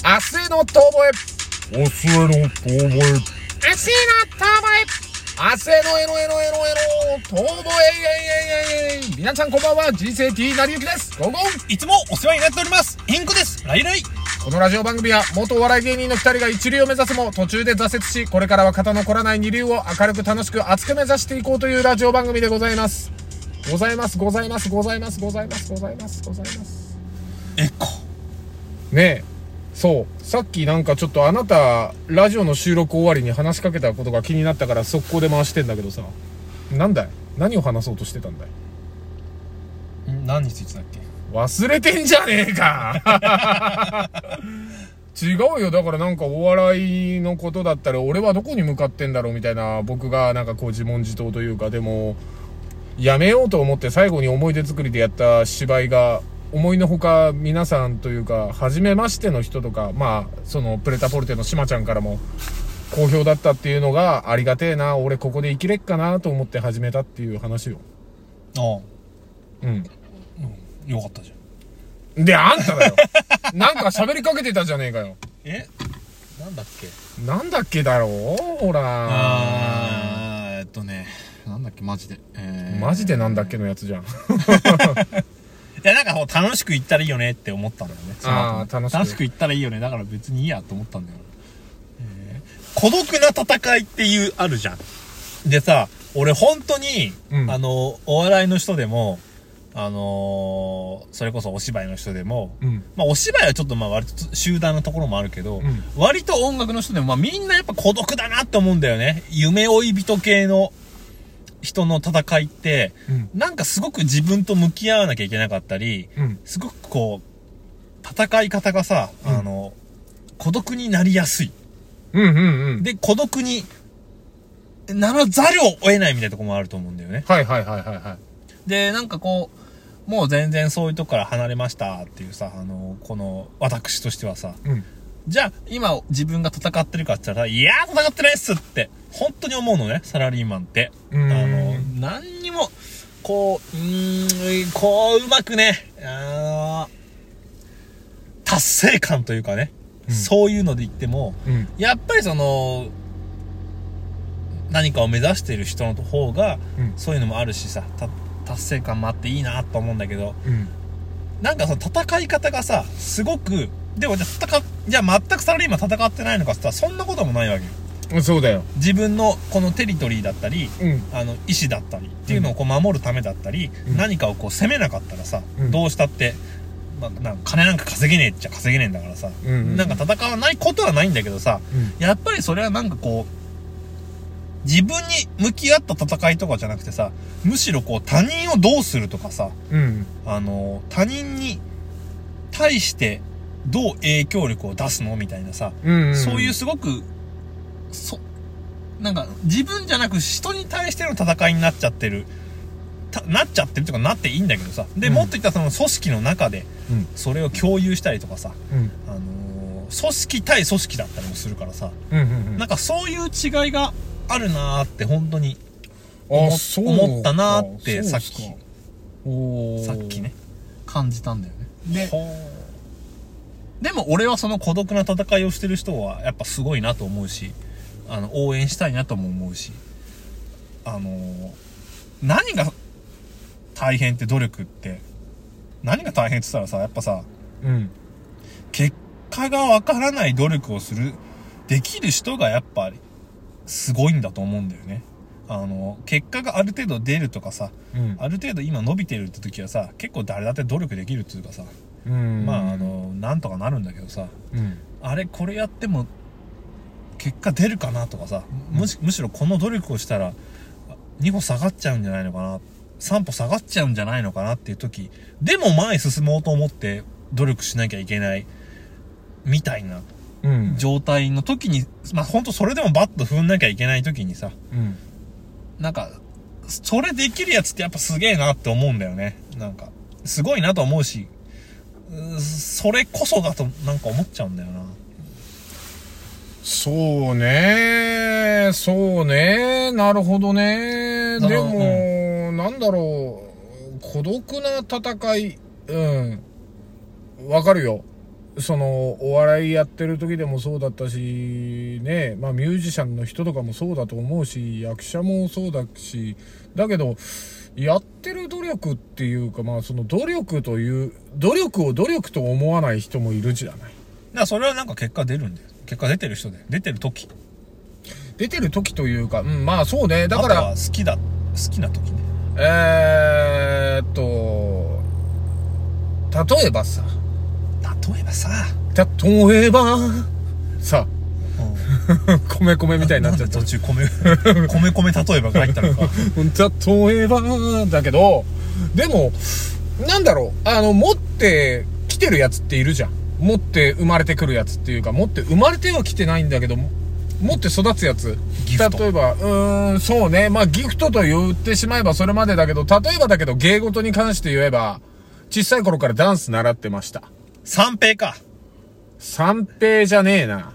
明日の遠吠え。 明日への遠吠え。 明日の遠吠え。明日の遠吠え。皆さんこんばんは。人生 T なりゆきです。ゴーゴー。 いつもお世話になっておりますインコです。ライライ。 このラジオ番組は元お笑い芸人の2人が一流を目指すも途中で挫折し、これからは肩の凝らない二流を明るく楽しく熱く目指していこうというラジオ番組でございます。ございます。 エコねえ、そう、さっきなんかちょっとあなたラジオの収録終わりに話しかけたことが気になったから速攻で回してんだけどさ、なんだい、何を話そうとしてたんだい。 何についてたっけ。 忘れてんじゃねえか違うよ。だからなんかお笑いのことだったら俺はどこに向かってんだろうみたいな、僕がなんかこう自問自答というか、でもやめようと思って最後に思い出作りでやった芝居が思いのほか皆さんというか初めましての人とか、まあそのプレタポルテのしまちゃんからも好評だったっていうのがありがてえな、俺ここで生きれっかなと思って始めたっていう話よ。 ああ、 うんよかったじゃん。で、あんただよなんか喋りかけてたじゃねえかよ。 なんだっけ。 なんだっけだろう、ほら。 なんだっけ、マジで。 マジでなんだっけのやつじゃん。 いや、なんか楽しく行ったらいいよねって思ったんだよね。 ああ、楽しく行ったらいいよね。だから別にいいやと思ったんだよ。孤独な戦いっていうあるじゃん。でさ、俺本当に、お笑いの人でも、それこそお芝居の人でも、まあお芝居はちょっとまあ割と集団のところもあるけど、割と音楽の人でもまあみんなやっぱ孤独だなって思うんだよね。夢追い人系の人の戦いって、なんかすごく自分と向き合わなきゃいけなかったり、すごくこう、戦い方がさ、孤独になりやすい。で、孤独にならざるを得ないみたいなところもあると思うんだよね。 はい。 で、なんかこう、もう全然そういうとこから離れましたっていうさ、この、私としてはさ、じゃあ、今自分が戦ってるかって言ったら、いやー戦ってないっすって、本当に思うのね、サラリーマンって。何にも、こう、うまくね、達成感というかね、そういうので言っても、やっぱりその、何かを目指している人の方が、そういうのもあるしさ、達成感もあっていいなと思うんだけど、なんかその戦い方がさ、すごく、でもじゃあ全くサラリーマン戦ってないのかって言ったらそんなこともないわけよ。 そうだよ。 自分のこのテリトリーだったり、意思だったりっていうのをこう守るためだったり、何かをこう攻めなかったらさ、どうしたって、なんか金なんか稼げねえっちゃ稼げねえんだからさ、なんか戦わないことはないんだけどさ、やっぱりそれはなんかこう、自分に向き合った戦いとかじゃなくてさ、むしろこう他人をどうするとかさ、他人に対してどう影響力を出すのみたいなさ、そういうすごく、なんか自分じゃなく人に対しての戦いになっちゃってるというかなっていいんだけどさ、で、もっと言ったらその組織の中で、それを共有したりとかさ、組織対組織だったりもするからさ、なんかそういう違いがあるなーって本当に思ったなーってさっきね感じたんだよね。でも俺はその孤独な戦いをしてる人はやっぱすごいなと思うし、応援したいなとも思うし、何が大変って努力って何が大変って言ったらさ、やっぱさ、結果がわからない努力をできる人がやっぱりすごいんだと思うんだよね。結果がある程度出るとかさ、ある程度今伸びてるって時はさ、結構誰だって努力できるっていうかさ、まあなんとかなるんだけどさ、あれこれやっても結果出るかなとかさ、むしろこの努力をしたら2歩下がっちゃうんじゃないのかな、3歩下がっちゃうんじゃないのかなっていう時でも前進もうと思って努力しなきゃいけないみたいな状態の時に、まあほんとそれでもバッと踏んなきゃいけない時にさ、なんかそれできるやつってやっぱすげえなって思うんだよね。なんかすごいなと思うし、それこそだとなんか思っちゃうんだよな。 そうね、なるほどね。でも、なんだろう、孤独な戦い、わかるよ。 そのお笑いやってる時でもそうだったしね、まあミュージシャンの人とかもそうだと思うし、役者もそうだし、だけどやってる努力っていうか、まあその努力を努力と思わない人もいるじゃない。だからそれはなんか結果出るんだよ。結果出てる人で、出てる時というか、まあそうね。だからあとは好きな時ね。 例えばさ米みたいになっちゃった。 途中米例えばが入ったのか。 例えばだけど、でもなんだろう、持ってきてるやつっているじゃん。持って生まれてくるやつっていうか、持って生まれてはきてないんだけど、持って育つやつ。例えばそうね、まあギフトと言ってしまえばそれまでだけど、例えばだけど芸事に関して言えば、小さい頃からダンス習ってました。 三平か。 三平じゃねえな。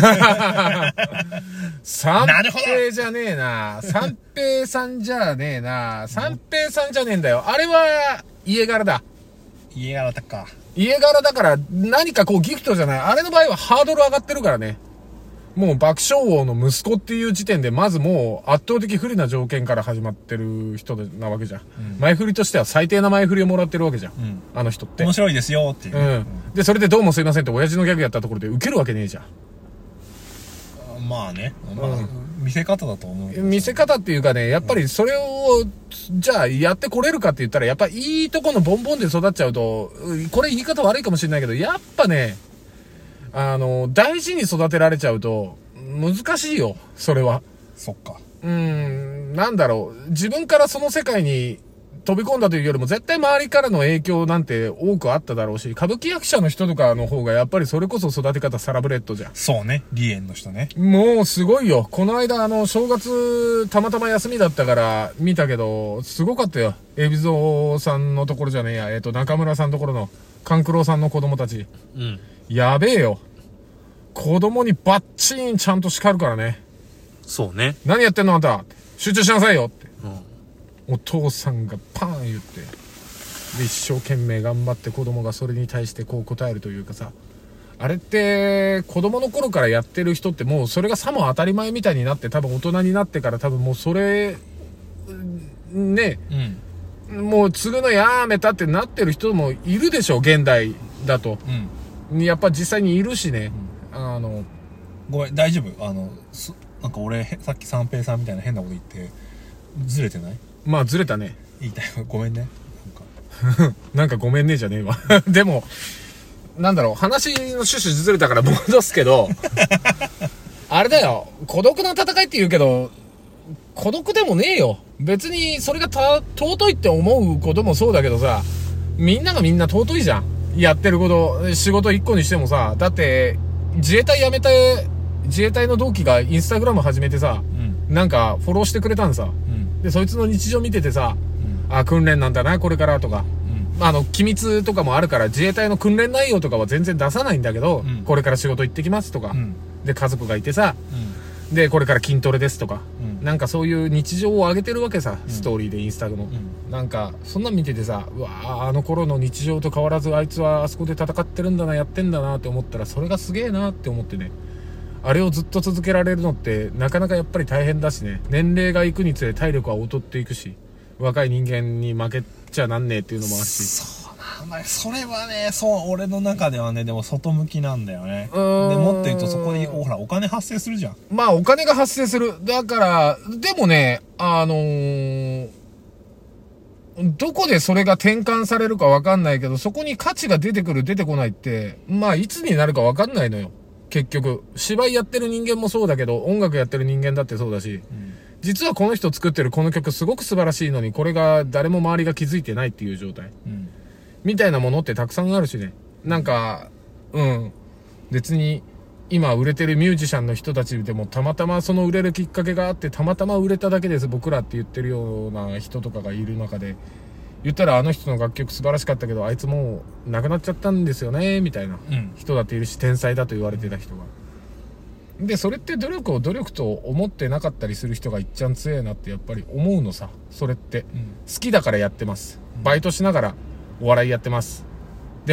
三平じゃねえな。三平さんじゃねえな。三平さんじゃねえんだよ。あれは家柄だ。 家柄だか。 家柄だから何かこうギフトじゃない。あれの場合はハードル上がってるからね。もう爆笑王の息子っていう時点でまずもう圧倒的不利な条件から始まってる人なわけじゃん。前振りとしては最低な前振りをもらってるわけじゃん。あの人って。 面白いですよっていう。 で、それでどうもすいませんって親父のギャグやったところで受けるわけねえじゃん。 まあね。見せ方だと思う。 見せ方っていうかね、やっぱりそれを、じゃあやってこれるかって言ったら、やっぱいいとこのボンボンで育っちゃうと、これ言い方悪いかもしれないけど、やっぱね、大事に育てられちゃうと、難しいよ、それは。 そっか。 なんだろう、自分からその世界に飛び込んだというよりも、絶対周りからの影響なんて多くあっただろうし、歌舞伎役者の人とかの方がやっぱりそれこそ育て方サラブレッドじゃん。 そうね、梨園の人ね。 もうすごいよ。この間正月たまたま休みだったから見たけど、すごかったよ。海老蔵さんのところじゃねえや、中村さんのところの勘九郎さんの子供たち。やべえよ。子供にバッチーンちゃんと叱るからね。 そうね。 何やってんのあんた。集中しなさいよって。お父さんがパーン言って。で、一生懸命頑張って子供がそれに対してこう答えるというかさ。あれって、子供の頃からやってる人ってもうそれがさも当たり前みたいになって、多分大人になってから多分もうそれ、ね、もう継ぐのやめたってなってる人もいるでしょ、現代だと。やっぱ実際にいるしね。 ごめん、大丈夫？なんか俺、さっき三平さんみたいな変なこと言って、ずれてない？ まあずれたね。 言いたい。ごめんね。 なんかごめんねじゃねえわ。でも、なんだろう、話の趣旨ずれたから戻すけど、あれだよ、孤独な戦いって言うけど、孤独でもねえよ。別にそれが尊いって思うこともそうだけどさ、みんながみんな尊いじゃん。やってること、仕事一個にしてもさ、だって、自衛隊辞めて、自衛隊の同期がインスタグラム始めてさ、なんかフォローしてくれたんさ。で、そいつの日常見ててさ、訓練なんだな、これからとか。機密とかもあるから、自衛隊の訓練内容とかは全然出さないんだけど、これから仕事行ってきますとか。で、家族がいてさ、で、これから筋トレですとか。なんかそういう日常を上げてるわけさ、ストーリーでインスタの。なんか、そんなん見ててさ、うわぁ、あの頃の日常と変わらずあいつはあそこで戦ってるんだな、やってんだなって思ったら、それがすげえなって思ってね。あれをずっと続けられるのってなかなかやっぱり大変だしね。年齢がいくにつれ体力は劣っていくし、若い人間に負けちゃなんねえっていうのもあるし。 そうなんだよ。それはね、俺の中ではね、でも外向きなんだよね。でもっと言うとそこに、ほら、お金発生するじゃん。 まあお金が発生する。だから、でもね、どこでそれが転換されるかわかんないけど、そこに価値が出てくる出てこないって、まあいつになるかわかんないのよ。結局。芝居やってる人間もそうだけど、音楽やってる人間だってそうだし、実はこの人作ってるこの曲すごく素晴らしいのに、これが誰も周りが気づいてないっていう状態。みたいなものってたくさんあるしね。なんか、別に、今売れてるミュージシャンの人たちでもたまたまその売れるきっかけがあってたまたま売れただけです僕らって言ってるような人とかがいる中で言ったらあの人の楽曲素晴らしかったけどあいつもう亡くなっちゃったんですよねみたいな人だっているし天才だと言われてた人がでそれって努力を努力と思ってなかったりする人がいっちゃん強えなってやっぱり思うのさそれって好きだからやってますバイトしながらお笑いやってますでも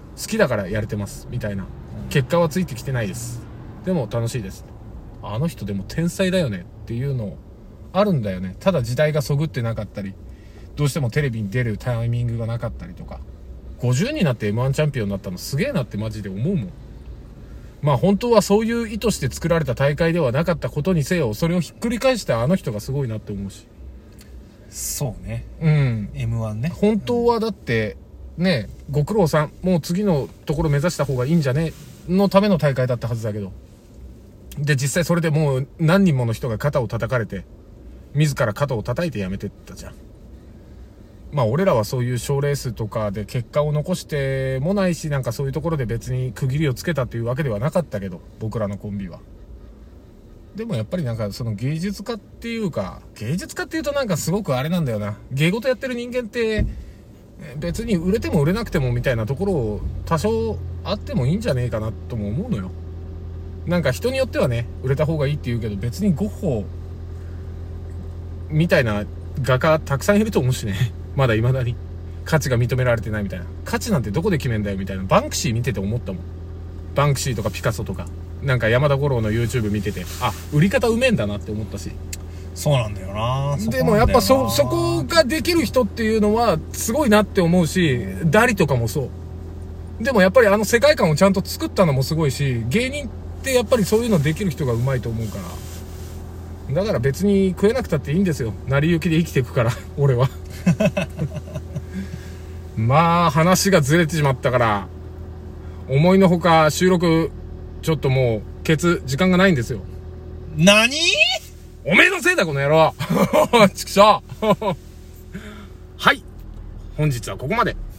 好きだからやれてますみたいな。結果はついてきてないです。でも楽しいです。あの人でも天才だよねっていうのあるんだよね。ただ時代がそぐってなかったり、どうしてもテレビに出るタイミングがなかったりとか、50になって M1 チャンピオンになったのすげえなってマジで思うもん。まあ本当はそういう意図して作られた大会ではなかったことにせよ、それをひっくり返したあの人がすごいなって思うし。 そうね。 うん。 M1 ね。 本当はだって、ね、ご苦労さん、もう次のところ目指した方がいいんじゃねのための大会だったはずだけど。で、実際それでもう何人もの人が肩を叩かれて、自ら肩を叩いてやめてったじゃん。まあ俺らはそういう賞レースとかで結果を残してもないし、なんかそういうところで別に区切りをつけたっていうわけではなかったけど、僕らのコンビは。でもやっぱりなんかその芸術家っていうか、芸術家っていうとなんかすごくあれなんだよな。芸事やってる人間って別に売れても売れなくてもみたいなところを多少あってもいいんじゃねえかなとも思うのよ。なんか人によってはね、売れた方がいいって言うけど、別にゴッホみたいな画家たくさんいると思うしね。まだ未だに価値が認められてないみたいな。価値なんてどこで決めんだよみたいな。バンクシー見てて思ったもん。バンクシーとかピカソとか、なんか山田五郎の YouTube 見てて、あ、売り方うめえんだなって思ったし。 そうなんだよな。 でもやっぱそこができる人っていうのはすごいなって思うし、ダリとかもそう。でもやっぱりあの世界観をちゃんと作ったのもすごいし、芸人ってやっぱりそういうのできる人がうまいと思うから。だから別に食えなくたっていいんですよ。成り行きで生きていくから俺は。まあ話がずれてしまったから、思いのほか収録ちょっともう時間がないんですよ。 何？ おめえのせいだこの野郎。ちくしょう。はい、本日はここまで。